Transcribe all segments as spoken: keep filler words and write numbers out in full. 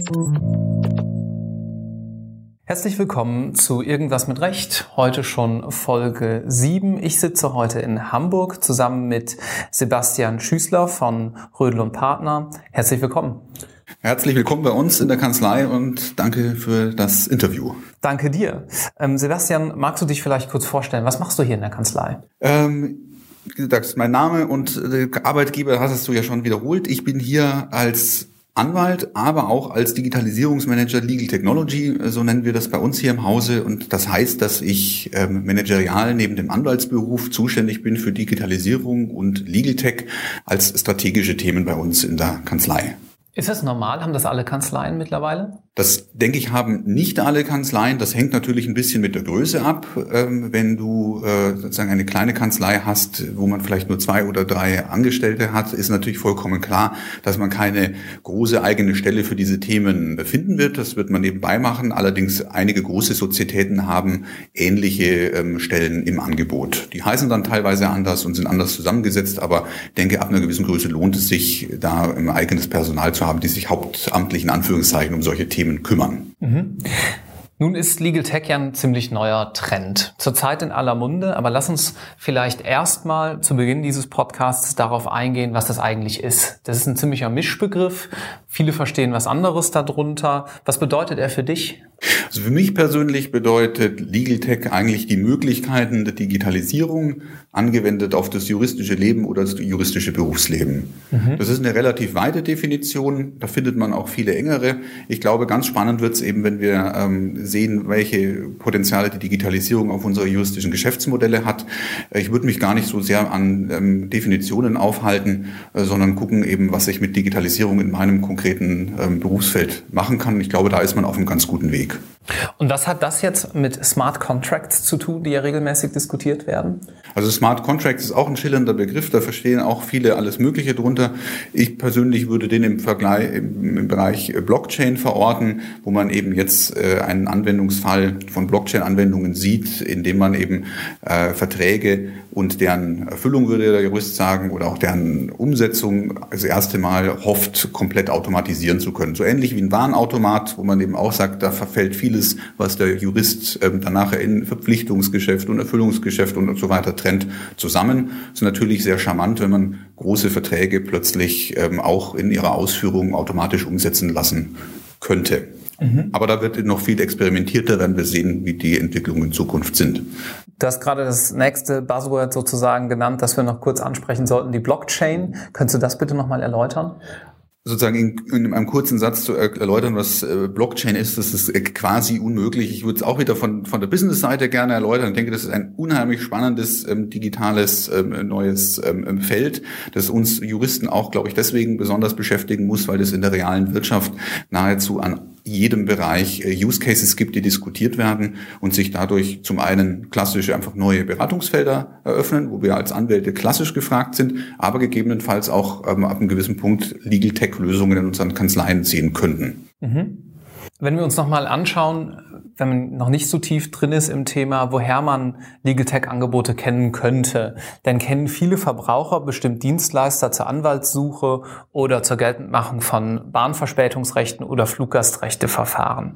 Herzlich willkommen zu Irgendwas mit Recht, heute schon Folge sieben. Ich sitze heute in Hamburg zusammen mit Sebastian Schüßler von Rödl und Partner. Herzlich willkommen. Herzlich willkommen bei uns in der Kanzlei und danke für das Interview. Danke dir. Ähm, Sebastian, magst du dich vielleicht kurz vorstellen? Was machst du hier in der Kanzlei? Ähm, das ist mein Name und äh, Arbeitgeber hast du ja schon wiederholt. Ich bin hier als Anwalt, aber auch als Digitalisierungsmanager Legal Technology, so nennen wir das bei uns hier im Hause. Und das heißt, dass ich ähm, managerial neben dem Anwaltsberuf zuständig bin für Digitalisierung und Legal Tech als strategische Themen bei uns in der Kanzlei. Ist das normal? Haben das alle Kanzleien mittlerweile? Das, denke ich, haben nicht alle Kanzleien. Das hängt natürlich ein bisschen mit der Größe ab. Ähm, wenn du äh, sozusagen eine kleine Kanzlei hast, wo man vielleicht nur zwei oder drei Angestellte hat, ist natürlich vollkommen klar, dass man keine große eigene Stelle für diese Themen finden wird. Das wird man nebenbei machen. Allerdings einige große Sozietäten haben ähnliche ähm, Stellen im Angebot. Die heißen dann teilweise anders und sind anders zusammengesetzt. Aber ich denke, ab einer gewissen Größe lohnt es sich, da ein eigenes Personal zu haben, die sich hauptamtlich in Anführungszeichen um solche Themen kümmern. Mhm. Nun ist Legal Tech ja ein ziemlich neuer Trend. Zurzeit in aller Munde, aber lass uns vielleicht erstmal zu Beginn dieses Podcasts darauf eingehen, was das eigentlich ist. Das ist ein ziemlicher Mischbegriff. Viele verstehen was anderes darunter. Was bedeutet er für dich? Also für mich persönlich bedeutet Legal Tech eigentlich die Möglichkeiten der Digitalisierung angewendet auf das juristische Leben oder das juristische Berufsleben. Mhm. Das ist eine relativ weite Definition. Da findet man auch viele engere. Ich glaube, ganz spannend wird es eben, wenn wir ähm, sehen, welche Potenziale die Digitalisierung auf unsere juristischen Geschäftsmodelle hat. Ich würde mich gar nicht so sehr an ähm, Definitionen aufhalten, äh, sondern gucken eben, was ich mit Digitalisierung in meinem konkreten ähm, Berufsfeld machen kann. Ich glaube, da ist man auf einem ganz guten Weg. Und was hat das jetzt mit Smart Contracts zu tun, die ja regelmäßig diskutiert werden? Also Smart Contracts ist auch ein schillernder Begriff, da verstehen auch viele alles Mögliche drunter. Ich persönlich würde den im Vergleich im, im Bereich Blockchain verorten, wo man eben jetzt äh, einen Anwendungsfall von Blockchain-Anwendungen sieht, in dem man eben äh, Verträge und deren Erfüllung, würde der Jurist sagen, oder auch deren Umsetzung das erste Mal hofft, komplett automatisieren zu können. So ähnlich wie ein Warenautomat, wo man eben auch sagt, da verfällt vieles, was der Jurist ähm, danach in Verpflichtungsgeschäft und Erfüllungsgeschäft und, und so weiter trennt, zusammen. Das ist natürlich sehr charmant, wenn man große Verträge plötzlich ähm, auch in ihrer Ausführung automatisch umsetzen lassen könnte. Mhm. Aber da wird noch viel experimentierter, wenn wir sehen, wie die Entwicklungen in Zukunft sind. Du hast gerade das nächste Buzzword sozusagen genannt, das wir noch kurz ansprechen sollten, die Blockchain. Könntest du das bitte nochmal erläutern? Sozusagen in, in einem kurzen Satz zu erläutern, was äh, Blockchain ist, das ist äh, quasi unmöglich. Ich würde es auch wieder von von der Business-Seite gerne erläutern. Ich denke, das ist ein unheimlich spannendes ähm, digitales ähm, neues ähm, Feld, das uns Juristen auch, glaube ich, deswegen besonders beschäftigen muss, weil es in der realen Wirtschaft nahezu an jedem Bereich äh, Use Cases gibt, die diskutiert werden und sich dadurch zum einen klassische einfach neue Beratungsfelder eröffnen, wo wir als Anwälte klassisch gefragt sind, aber gegebenenfalls auch ähm, ab einem gewissen Punkt Legal Tech Lösungen in unseren Kanzleien sehen könnten. Mhm. Wenn wir uns nochmal anschauen, wenn man noch nicht so tief drin ist im Thema, woher man Legal Tech Angebote kennen könnte, dann kennen viele Verbraucher bestimmt Dienstleister zur Anwaltssuche oder zur Geltendmachung von Bahnverspätungsrechten oder Fluggastrechteverfahren.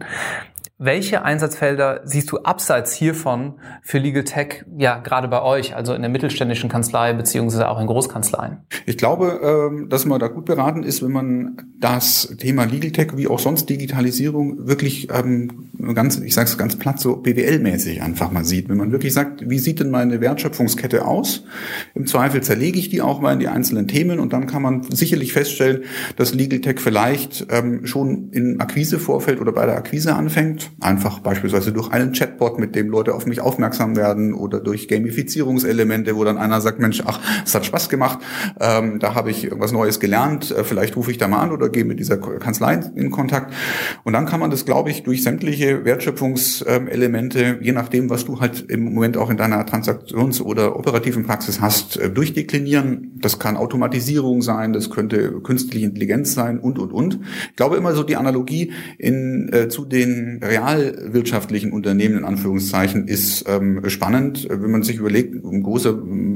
Welche Einsatzfelder siehst du abseits hiervon für Legal Tech, ja, gerade bei euch, also in der mittelständischen Kanzlei beziehungsweise auch in Großkanzleien? Ich glaube, dass man da gut beraten ist, wenn man das Thema Legal Tech wie auch sonst Digitalisierung wirklich ganz, ich sage es ganz platt, so B W L-mäßig einfach mal sieht. Wenn man wirklich sagt, wie sieht denn meine Wertschöpfungskette aus? Im Zweifel zerlege ich die auch mal in die einzelnen Themen und dann kann man sicherlich feststellen, dass Legal Tech vielleicht schon im Akquisevorfeld oder bei der Akquise anfängt. Einfach beispielsweise durch einen Chatbot, mit dem Leute auf mich aufmerksam werden oder durch Gamifizierungselemente, wo dann einer sagt, Mensch, ach, es hat Spaß gemacht, ähm, da habe ich irgendwas Neues gelernt, äh, vielleicht rufe ich da mal an oder gehe mit dieser Kanzlei in Kontakt. Und dann kann man das, glaube ich, durch sämtliche Wertschöpfungselemente, je nachdem, was du halt im Moment auch in deiner Transaktions- oder operativen Praxis hast, äh, durchdeklinieren. Das kann Automatisierung sein, das könnte künstliche Intelligenz sein und, und, und. Ich glaube immer so die Analogie in, äh, zu den realwirtschaftlichen Unternehmen in Anführungszeichen ist ähm, spannend, wenn man sich überlegt, ein großer ähm,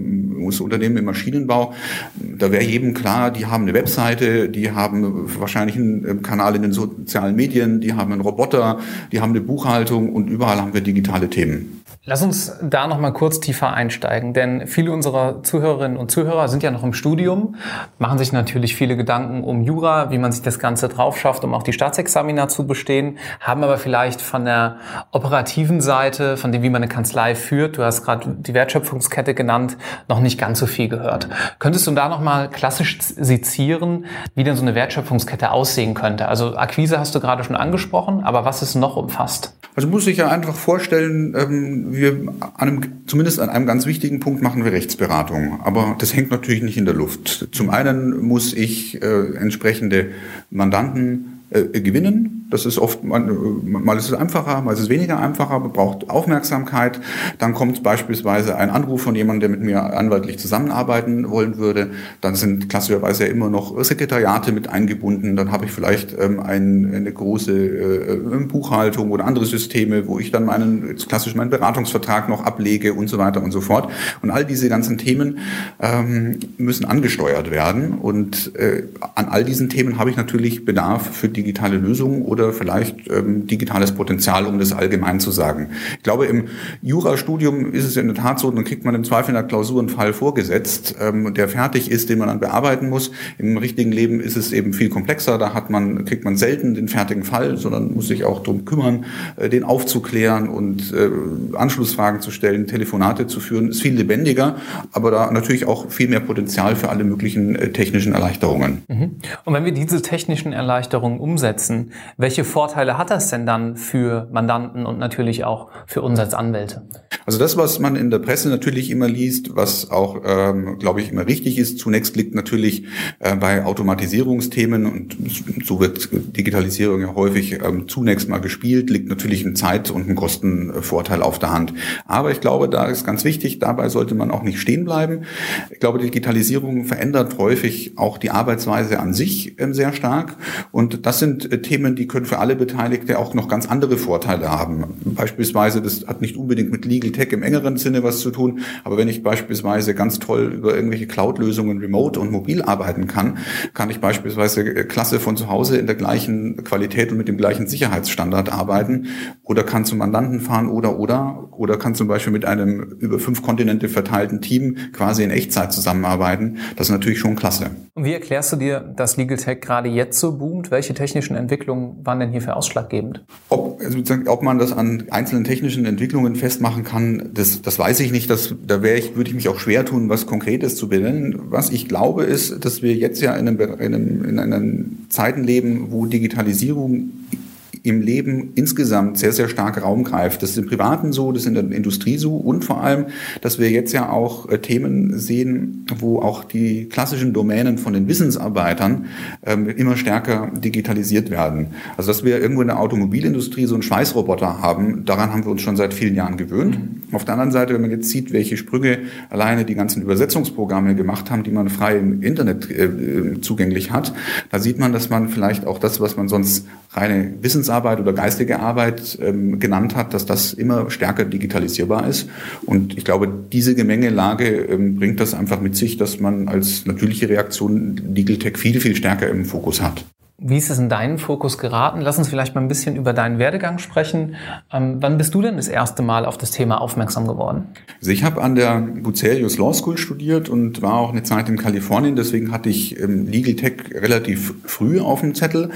muss. Unternehmen im Maschinenbau, da wäre jedem klar, die haben eine Webseite, die haben wahrscheinlich einen Kanal in den sozialen Medien, die haben einen Roboter, die haben eine Buchhaltung und überall haben wir digitale Themen. Lass uns da noch mal kurz tiefer einsteigen, denn viele unserer Zuhörerinnen und Zuhörer sind ja noch im Studium, machen sich natürlich viele Gedanken um Jura, wie man sich das Ganze drauf schafft, um auch die Staatsexamina zu bestehen, haben aber vielleicht von der operativen Seite, von dem, wie man eine Kanzlei führt, du hast gerade die Wertschöpfungskette genannt, noch nicht ganz so viel gehört. Könntest du da noch mal klassisch sezieren, wie denn so eine Wertschöpfungskette aussehen könnte? Also Akquise hast du gerade schon angesprochen, aber was ist noch umfasst? Also muss ich ja einfach vorstellen, wir an einem, zumindest an einem ganz wichtigen Punkt machen wir Rechtsberatung. Aber das hängt natürlich nicht in der Luft. Zum einen muss ich äh, entsprechende Mandanten äh, gewinnen. Das ist oft, mal ist es einfacher, mal ist es weniger einfacher, man braucht Aufmerksamkeit. Dann kommt beispielsweise ein Anruf von jemandem, der mit mir anwaltlich zusammenarbeiten wollen würde. Dann sind klassischerweise ja immer noch Sekretariate mit eingebunden. Dann habe ich vielleicht ähm, ein, eine große äh, Buchhaltung oder andere Systeme, wo ich dann meinen, klassisch meinen Beratungsvertrag noch ablege und so weiter und so fort. Und all diese ganzen Themen ähm, müssen angesteuert werden. Und äh, an all diesen Themen habe ich natürlich Bedarf für digitale Lösungen oder vielleicht ähm, digitales Potenzial, um das allgemein zu sagen. Ich glaube, im Jurastudium ist es in der Tat so, dann kriegt man im Zweifel in der Klausur einen Fall vorgesetzt, ähm, der fertig ist, den man dann bearbeiten muss. Im richtigen Leben ist es eben viel komplexer. Da hat man, kriegt man selten den fertigen Fall, sondern muss sich auch darum kümmern, äh, den aufzuklären und äh, Anschlussfragen zu stellen, Telefonate zu führen. Ist viel lebendiger, aber da natürlich auch viel mehr Potenzial für alle möglichen äh, technischen Erleichterungen. Mhm. Und wenn wir diese technischen Erleichterungen umsetzen, welche Vorteile hat das denn dann für Mandanten und natürlich auch für uns als Anwälte? Also das, was man in der Presse natürlich immer liest, was auch, ähm, glaube ich, immer richtig ist, zunächst liegt natürlich äh, bei Automatisierungsthemen, und so wird Digitalisierung ja häufig ähm, zunächst mal gespielt, liegt natürlich ein Zeit- und ein Kostenvorteil auf der Hand. Aber ich glaube, da ist ganz wichtig, dabei sollte man auch nicht stehen bleiben. Ich glaube, Digitalisierung verändert häufig auch die Arbeitsweise an sich ähm, sehr stark, und das sind äh, Themen, die können für alle Beteiligte auch noch ganz andere Vorteile haben. Beispielsweise, das hat nicht unbedingt mit Legal Tech im engeren Sinne was zu tun, aber wenn ich beispielsweise ganz toll über irgendwelche Cloud-Lösungen remote und mobil arbeiten kann, kann ich beispielsweise klasse von zu Hause in der gleichen Qualität und mit dem gleichen Sicherheitsstandard arbeiten, oder kann zum Mandanten fahren oder oder oder kann zum Beispiel mit einem über fünf Kontinente verteilten Team quasi in Echtzeit zusammenarbeiten. Das ist natürlich schon klasse. Und wie erklärst du dir, dass Legal Tech gerade jetzt so boomt? Welche technischen Entwicklungen waren denn hierfür ausschlaggebend? Ob, also ob man das an einzelnen technischen Entwicklungen festmachen kann, das, das weiß ich nicht. Das, da wäre ich, würde ich mich auch schwer tun, was Konkretes zu benennen. Was ich glaube, ist, dass wir jetzt ja in, einem, in, einem, in einem Zeiten leben, wo Digitalisierung im Leben insgesamt sehr, sehr stark Raum greift. Das ist im Privaten so, das ist in der Industrie so, und vor allem, dass wir jetzt ja auch äh, Themen sehen, wo auch die klassischen Domänen von den Wissensarbeitern ähm, immer stärker digitalisiert werden. Also dass wir irgendwo in der Automobilindustrie so einen Schweißroboter haben, daran haben wir uns schon seit vielen Jahren gewöhnt. Mhm. Auf der anderen Seite, wenn man jetzt sieht, welche Sprünge alleine die ganzen Übersetzungsprogramme gemacht haben, die man frei im Internet äh, zugänglich hat, da sieht man, dass man vielleicht auch das, was man sonst reine Wissensarbeit oder geistige Arbeit ähm, genannt hat, dass das immer stärker digitalisierbar ist. Und ich glaube, diese Gemengelage ähm, bringt das einfach mit sich, dass man als natürliche Reaktion Legal Tech viel, viel stärker im Fokus hat. Wie ist es in deinen Fokus geraten? Lass uns vielleicht mal ein bisschen über deinen Werdegang sprechen. Ähm, wann bist du denn das erste Mal auf das Thema aufmerksam geworden? Also ich habe an der Bucerius Law School studiert und war auch eine Zeit in Kalifornien. Deswegen hatte ich ähm, Legal Tech relativ früh auf dem Zettel.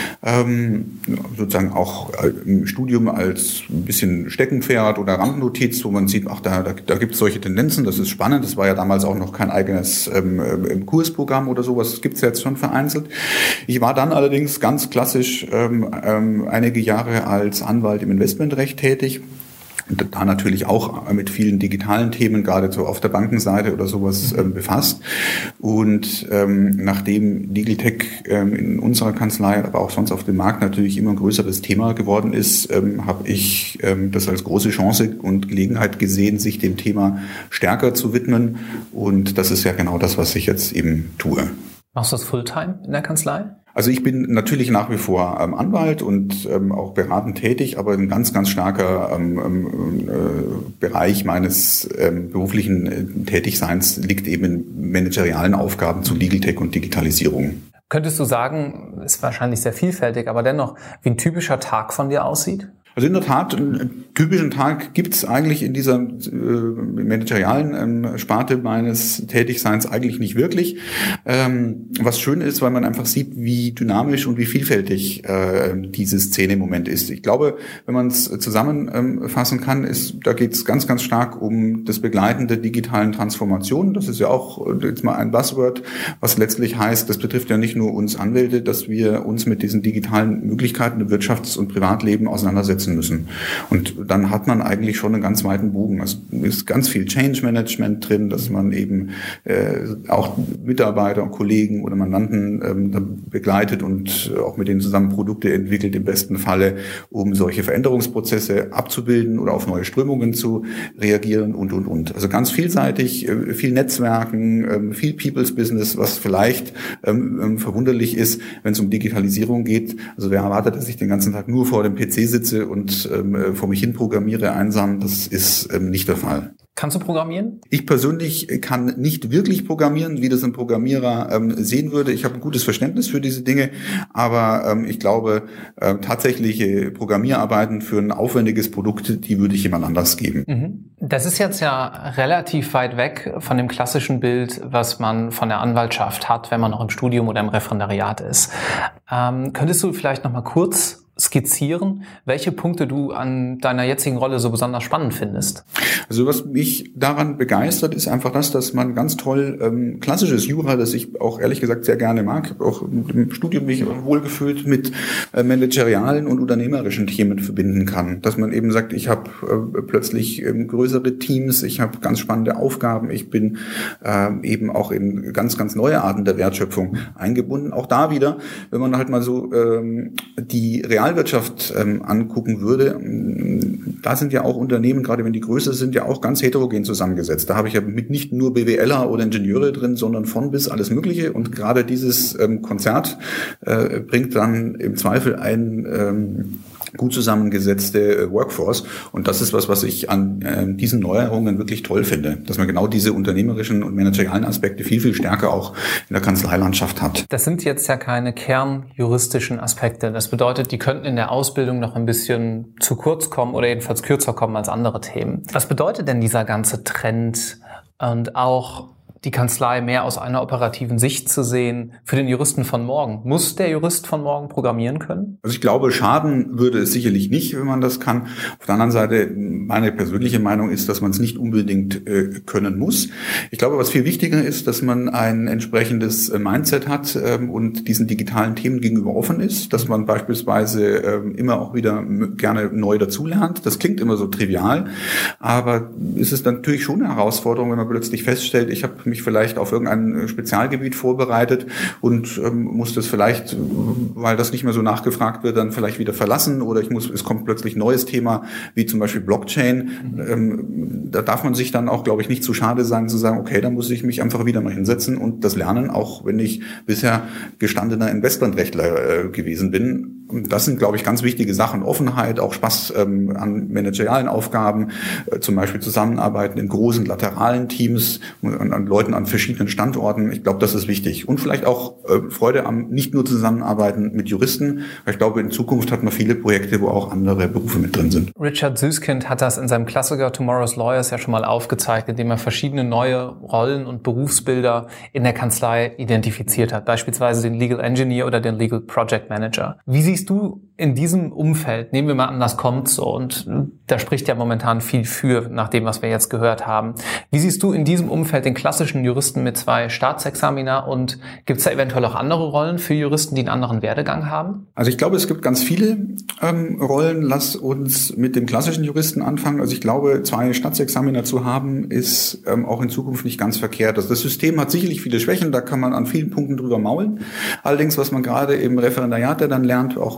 Ähm, sozusagen auch äh, im Studium als ein bisschen Steckenpferd oder Randnotiz, wo man sieht, ach, da, da, da gibt es solche Tendenzen, das ist spannend. Das war ja damals auch noch kein eigenes ähm, Kursprogramm oder sowas. Das gibt es jetzt schon vereinzelt. Ich war dann allerdings ganz klassisch ähm, ähm, einige Jahre als Anwalt im Investmentrecht tätig. Und da natürlich auch mit vielen digitalen Themen, gerade so auf der Bankenseite oder sowas ähm, befasst. Und ähm, nachdem Legal Tech ähm, in unserer Kanzlei, aber auch sonst auf dem Markt natürlich immer ein größeres Thema geworden ist, ähm, habe ich ähm, das als große Chance und Gelegenheit gesehen, sich dem Thema stärker zu widmen. Und das ist ja genau das, was ich jetzt eben tue. Machst du das Fulltime in der Kanzlei? Also ich bin natürlich nach wie vor ähm, Anwalt und ähm, auch beratend tätig, aber ein ganz, ganz starker ähm, äh, Bereich meines ähm, beruflichen äh, Tätigseins liegt eben in managerialen Aufgaben zu Legal Tech und Digitalisierung. Könntest du sagen, ist wahrscheinlich sehr vielfältig, aber dennoch, wie ein typischer Tag von dir aussieht? Also in der Tat, einen typischen Tag gibt es eigentlich in dieser äh, managerialen ähm, Sparte meines Tätigseins eigentlich nicht wirklich. Ähm, was schön ist, weil man einfach sieht, wie dynamisch und wie vielfältig äh, diese Szene im Moment ist. Ich glaube, wenn man es zusammenfassen ähm, kann, ist, da geht es ganz, ganz stark um das Begleiten der digitalen Transformation. Das ist ja auch jetzt mal ein Buzzword, was letztlich heißt, das betrifft ja nicht nur uns Anwälte, dass wir uns mit diesen digitalen Möglichkeiten im Wirtschafts- und Privatleben auseinandersetzen müssen. Und dann hat man eigentlich schon einen ganz weiten Bogen. Es ist ganz viel Change Management drin, dass man eben äh, auch Mitarbeiter und Kollegen oder Mandanten ähm, begleitet und auch mit denen zusammen Produkte entwickelt, im besten Falle, um solche Veränderungsprozesse abzubilden oder auf neue Strömungen zu reagieren und, und, und. Also ganz vielseitig, äh, viel Netzwerken, äh, viel People's Business, was vielleicht ähm, verwunderlich ist, wenn es um Digitalisierung geht. Also wer erwartet, dass ich den ganzen Tag nur vor dem P C sitze und ähm, vor mich hin programmiere einsam, das ist ähm, nicht der Fall. Kannst du programmieren? Ich persönlich kann nicht wirklich programmieren, wie das ein Programmierer ähm, sehen würde. Ich habe ein gutes Verständnis für diese Dinge, aber ähm, ich glaube, äh, tatsächliche Programmierarbeiten für ein aufwendiges Produkt, die würde ich jemand anders geben. Mhm. Das ist jetzt ja relativ weit weg von dem klassischen Bild, was man von der Anwaltschaft hat, wenn man noch im Studium oder im Referendariat ist. Ähm, könntest du vielleicht noch mal kurz skizzieren, welche Punkte du an deiner jetzigen Rolle so besonders spannend findest? Also was mich daran begeistert, ist einfach das, dass man ganz toll ähm, klassisches Jura, das ich auch ehrlich gesagt sehr gerne mag, ich habe auch im Studium mich wohlgefühlt, mit äh, managerialen und unternehmerischen Themen verbinden kann. Dass man eben sagt, ich habe äh, plötzlich ähm, größere Teams, ich habe ganz spannende Aufgaben, ich bin äh, eben auch in ganz, ganz neue Arten der Wertschöpfung eingebunden. Auch da wieder, wenn man halt mal so ähm, die Realwirtschaft ähm, angucken würde, da sind ja auch Unternehmen, gerade wenn die größer sind, ja auch ganz heterogen zusammengesetzt. Da habe ich ja mit nicht nur BWLer oder Ingenieure drin, sondern von bis alles Mögliche. Und gerade dieses ähm, Konzert äh, bringt dann im Zweifel ein ähm, gut zusammengesetzte Workforce. Und das ist was, was ich an äh, diesen Neuerungen wirklich toll finde, dass man genau diese unternehmerischen und managerialen Aspekte viel, viel stärker auch in der Kanzleilandschaft hat. Das sind jetzt ja keine kernjuristischen Aspekte. Das bedeutet, die könnten in der Ausbildung noch ein bisschen zu kurz kommen oder jedenfalls kürzer kommen als andere Themen. Was bedeutet denn dieser ganze Trend und auch die Kanzlei mehr aus einer operativen Sicht zu sehen für den Juristen von morgen? Muss der Jurist von morgen programmieren können? Also ich glaube, schaden würde es sicherlich nicht, wenn man das kann. Auf der anderen Seite, meine persönliche Meinung ist, dass man es nicht unbedingt äh, können muss. Ich glaube, was viel wichtiger ist, dass man ein entsprechendes äh, Mindset hat ähm, und diesen digitalen Themen gegenüber offen ist, dass man beispielsweise ähm, immer auch wieder m- gerne neu dazulernt. Das klingt immer so trivial, aber es ist natürlich schon eine Herausforderung, wenn man plötzlich feststellt, ich habe mich vielleicht auf irgendein Spezialgebiet vorbereitet und ähm, muss das vielleicht, weil das nicht mehr so nachgefragt wird, dann vielleicht wieder verlassen, oder ich muss, es kommt plötzlich ein neues Thema, wie zum Beispiel Blockchain. Mhm. Ähm, da darf man sich dann auch, glaube ich, nicht zu schade sein, zu sagen, okay, da muss ich mich einfach wieder mal hinsetzen und das lernen, auch wenn ich bisher gestandener Investmentrechtler äh, gewesen bin. Und das sind, glaube ich, ganz wichtige Sachen. Offenheit, auch Spaß ähm, an managerialen Aufgaben, äh, zum Beispiel Zusammenarbeiten in großen lateralen Teams, an, an Leuten an verschiedenen Standorten. Ich glaube, das ist wichtig. Und vielleicht auch äh, Freude am nicht nur Zusammenarbeiten mit Juristen. Weil ich glaube, in Zukunft hat man viele Projekte, wo auch andere Berufe mit drin sind. Richard Süskind hat das in seinem Klassiker Tomorrow's Lawyers ja schon mal aufgezeigt, indem er verschiedene neue Rollen und Berufsbilder in der Kanzlei identifiziert hat. Beispielsweise den Legal Engineer oder den Legal Project Manager. Wie siehst du in diesem Umfeld, nehmen wir mal an, das kommt so, und da spricht ja momentan viel für, nach dem, was wir jetzt gehört haben. Wie siehst du in diesem Umfeld den klassischen Juristen mit zwei Staatsexamina, und gibt es da eventuell auch andere Rollen für Juristen, die einen anderen Werdegang haben? Also ich glaube, es gibt ganz viele ähm, Rollen. Lass uns mit dem klassischen Juristen anfangen. Also ich glaube, zwei Staatsexamina zu haben, ist ähm, auch in Zukunft nicht ganz verkehrt. Also das System hat sicherlich viele Schwächen, da kann man an vielen Punkten drüber maulen. Allerdings, was man gerade im Referendariat dann lernt, auch gerade bei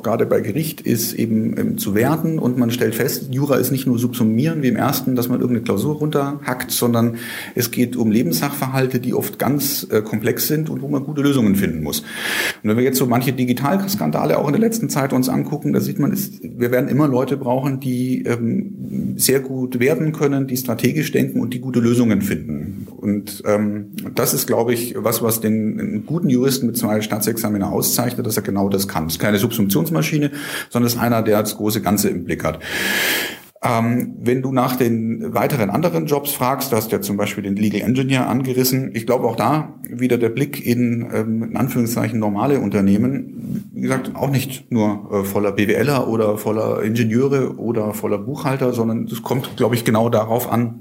Gericht ist eben ähm, zu werten und man stellt fest, Jura ist nicht nur subsumieren wie im ersten, dass man irgendeine Klausur runterhackt, sondern es geht um Lebenssachverhalte, die oft ganz äh, komplex sind und wo man gute Lösungen finden muss. Und wenn wir jetzt so manche Digitalskandale auch in der letzten Zeit uns angucken, da sieht man, ist, wir werden immer Leute brauchen, die ähm, sehr gut werden können, die strategisch denken und die gute Lösungen finden. Und ähm, das ist, glaube ich, was, was den einen guten Juristen mit zwei Staatsexamina auszeichnet, dass er genau das kann. Das ist keine Subsumptionsmaschine, sondern es ist einer, der das große Ganze im Blick hat. Ähm, wenn du nach den weiteren anderen Jobs fragst, du hast ja zum Beispiel den Legal Engineer angerissen, ich glaube auch da wieder der Blick in, ähm, in Anführungszeichen, normale Unternehmen, wie gesagt, auch nicht nur äh, voller BWLer oder voller Ingenieure oder voller Buchhalter, sondern es kommt, glaube ich, genau darauf an,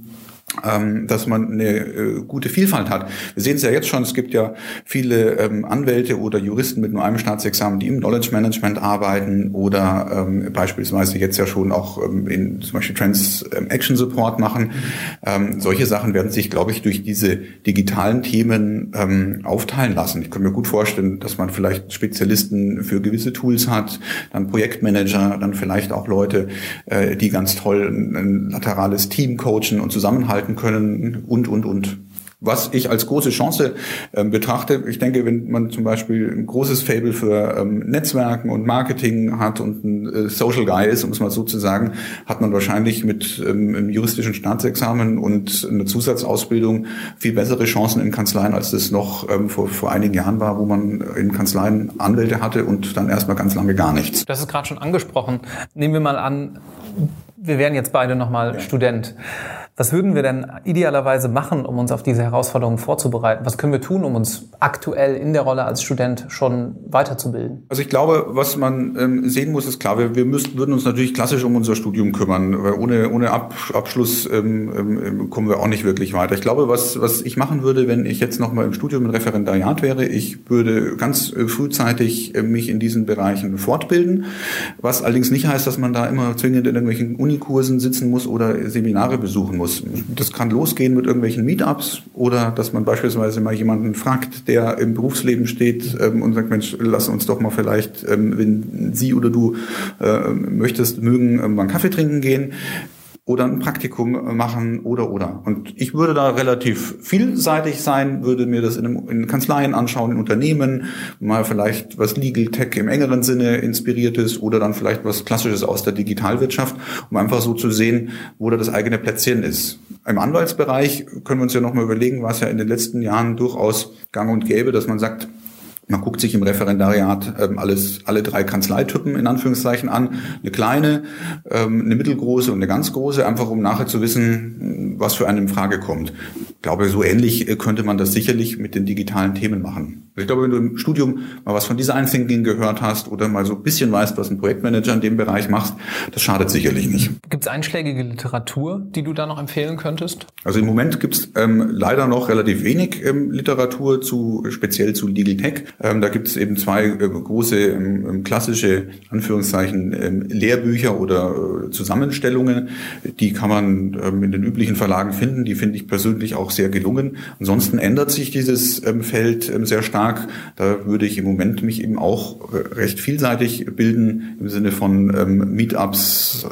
dass man eine äh, gute Vielfalt hat. Wir sehen es ja jetzt schon, es gibt ja viele ähm, Anwälte oder Juristen mit nur einem Staatsexamen, die im Knowledge Management arbeiten oder ähm, beispielsweise jetzt ja schon auch ähm, in zum Beispiel Transaction Support machen. Ähm, solche Sachen werden sich, glaube ich, durch diese digitalen Themen ähm, aufteilen lassen. Ich kann mir gut vorstellen, dass man vielleicht Spezialisten für gewisse Tools hat, dann Projektmanager, dann vielleicht auch Leute, äh, die ganz toll ein, ein laterales Team coachen und zusammenhalten können und, und, und. Was ich als große Chance äh, betrachte, ich denke, wenn man zum Beispiel ein großes Faible für ähm, Netzwerken und Marketing hat und ein äh, Social Guy ist, um es mal so zu sagen, hat man wahrscheinlich mit ähm, einem juristischen Staatsexamen und einer Zusatzausbildung viel bessere Chancen in Kanzleien, als das noch ähm, vor, vor einigen Jahren war, wo man in Kanzleien Anwälte hatte und dann erstmal ganz lange gar nichts. Das ist gerade schon angesprochen. Nehmen wir mal an, wir wären jetzt beide nochmal ja. Student. Was würden wir denn idealerweise machen, um uns auf diese Herausforderungen vorzubereiten? Was können wir tun, um uns aktuell in der Rolle als Student schon weiterzubilden? Also ich glaube, was man ähm, sehen muss, ist klar, wir, wir müssten, würden uns natürlich klassisch um unser Studium kümmern, weil ohne, ohne Ab, Abschluss ähm, ähm, kommen wir auch nicht wirklich weiter. Ich glaube, was, was ich machen würde, wenn ich jetzt nochmal im Studium im Referendariat wäre, ich würde ganz äh, frühzeitig äh, mich in diesen Bereichen fortbilden, was allerdings nicht heißt, dass man da immer zwingend in irgendwelchen Unikursen sitzen muss oder Seminare besuchen muss. Das kann losgehen mit irgendwelchen Meetups oder dass man beispielsweise mal jemanden fragt, der im Berufsleben steht ähm, und sagt, Mensch, lass uns doch mal vielleicht, ähm, wenn Sie oder du äh, möchtest, mögen, äh, mal einen Kaffee trinken gehen. Oder ein Praktikum machen oder oder. Und ich würde da relativ vielseitig sein, würde mir das in, einem, in Kanzleien anschauen, in Unternehmen, mal vielleicht was Legal Tech im engeren Sinne inspiriert ist oder dann vielleicht was Klassisches aus der Digitalwirtschaft, um einfach so zu sehen, wo da das eigene Plätzchen ist. Im Anwaltsbereich können wir uns ja nochmal überlegen, war es ja in den letzten Jahren durchaus gang und gäbe, dass man sagt, man guckt sich im Referendariat ähm, alles, alle drei Kanzleitypen in Anführungszeichen an. Eine kleine, ähm, eine mittelgroße und eine ganz große, einfach um nachher zu wissen, was für einen in Frage kommt. Ich glaube, so ähnlich äh, könnte man das sicherlich mit den digitalen Themen machen. Also ich glaube, wenn du im Studium mal was von Design Thinking gehört hast oder mal so ein bisschen weißt, was ein Projektmanager in dem Bereich macht, das schadet sicherlich nicht. Gibt es einschlägige Literatur, die du da noch empfehlen könntest? Also im Moment gibt es ähm, leider noch relativ wenig ähm, Literatur zu speziell zu Legal Tech. Ähm, da gibt es eben zwei äh, große ähm, klassische Anführungszeichen ähm, Lehrbücher oder äh, Zusammenstellungen. Die kann man ähm, in den üblichen Verlagen finden. Die finde ich persönlich auch sehr gelungen. Ansonsten ändert sich dieses ähm, Feld ähm, sehr stark. Da würde ich im Moment mich eben auch äh, recht vielseitig bilden im Sinne von ähm, Meetups,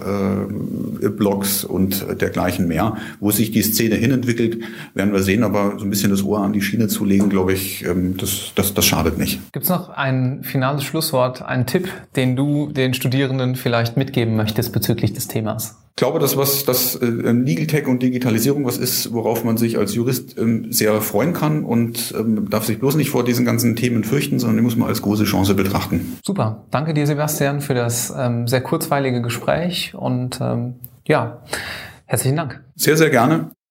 äh, Blogs und dergleichen mehr. Wo sich die Szene hinentwickelt, werden wir sehen. Aber so ein bisschen das Ohr an die Schiene zu legen, glaube ich, ähm, das, das, das schadet nicht. Gibt es noch ein finales Schlusswort, einen Tipp, den du den Studierenden vielleicht mitgeben möchtest bezüglich des Themas? Ich glaube, dass was das äh, Legal Tech und Digitalisierung was ist, worauf man sich als Jurist ähm, sehr freuen kann und ähm, darf sich bloß nicht vor diesen ganzen Themen fürchten, sondern die muss man als große Chance betrachten. Super. Danke dir, Sebastian, für das ähm, sehr kurzweilige Gespräch und ähm, ja, herzlichen Dank. Sehr, sehr gerne.